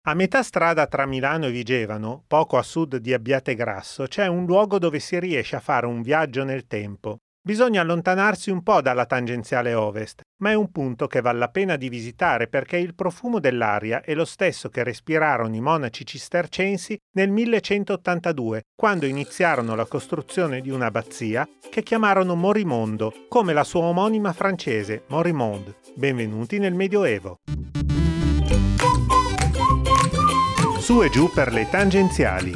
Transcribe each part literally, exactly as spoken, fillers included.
A metà strada tra Milano e Vigevano, poco a sud di Abbiategrasso, c'è un luogo dove si riesce a fare un viaggio nel tempo. Bisogna allontanarsi un po' dalla tangenziale ovest, ma è un punto che vale la pena di visitare perché il profumo dell'aria è lo stesso che respirarono i monaci cistercensi nel millecentottantadue, quando iniziarono la costruzione di un'abbazia che chiamarono Morimondo, come la sua omonima francese, Morimonde. Benvenuti nel Medioevo. Su e giù per le tangenziali.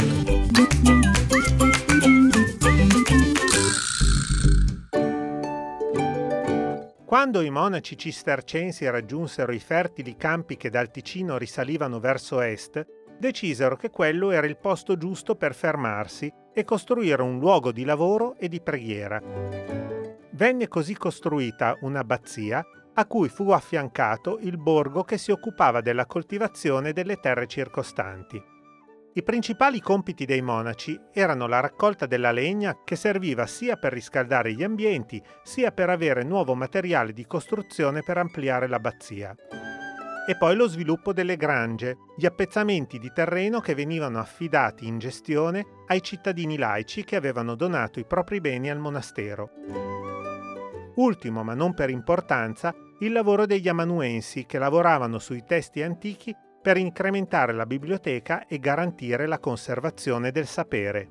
Quando i monaci cistercensi raggiunsero i fertili campi che dal Ticino risalivano verso est, decisero che quello era il posto giusto per fermarsi e costruire un luogo di lavoro e di preghiera. Venne così costruita un'abbazia a cui fu affiancato il borgo che si occupava della coltivazione delle terre circostanti. I principali compiti dei monaci erano la raccolta della legna che serviva sia per riscaldare gli ambienti, sia per avere nuovo materiale di costruzione per ampliare l'abbazia. E poi lo sviluppo delle grange, gli appezzamenti di terreno che venivano affidati in gestione ai cittadini laici che avevano donato i propri beni al monastero. Ultimo, ma non per importanza, il lavoro degli amanuensi che lavoravano sui testi antichi per incrementare la biblioteca e garantire la conservazione del sapere.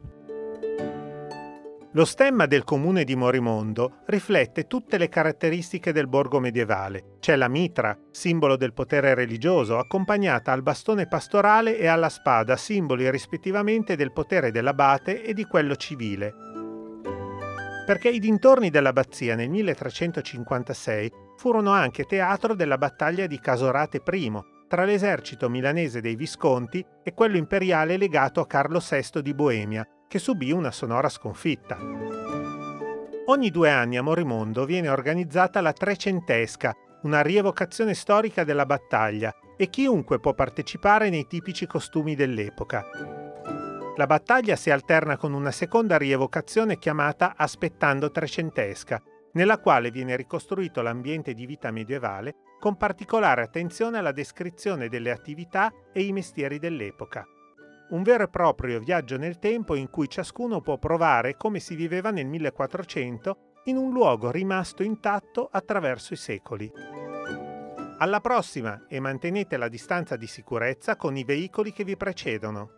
Lo stemma del comune di Morimondo riflette tutte le caratteristiche del borgo medievale. C'è la mitra, simbolo del potere religioso, accompagnata al bastone pastorale e alla spada, simboli rispettivamente del potere dell'abate e di quello civile. Perché i dintorni dell'abbazia nel milletrecentocinquantasei furono anche teatro della battaglia di Casorate I tra l'esercito milanese dei Visconti e quello imperiale legato a Carlo sesto di Boemia, che subì una sonora sconfitta. Ogni due anni a Morimondo viene organizzata la Trecentesca, una rievocazione storica della battaglia, e chiunque può partecipare nei tipici costumi dell'epoca. La battaglia si alterna con una seconda rievocazione chiamata Aspettando Trecentesca, nella quale viene ricostruito l'ambiente di vita medievale con particolare attenzione alla descrizione delle attività e i mestieri dell'epoca. Un vero e proprio viaggio nel tempo in cui ciascuno può provare come si viveva nel millequattrocento in un luogo rimasto intatto attraverso i secoli. Alla prossima e mantenete la distanza di sicurezza con i veicoli che vi precedono.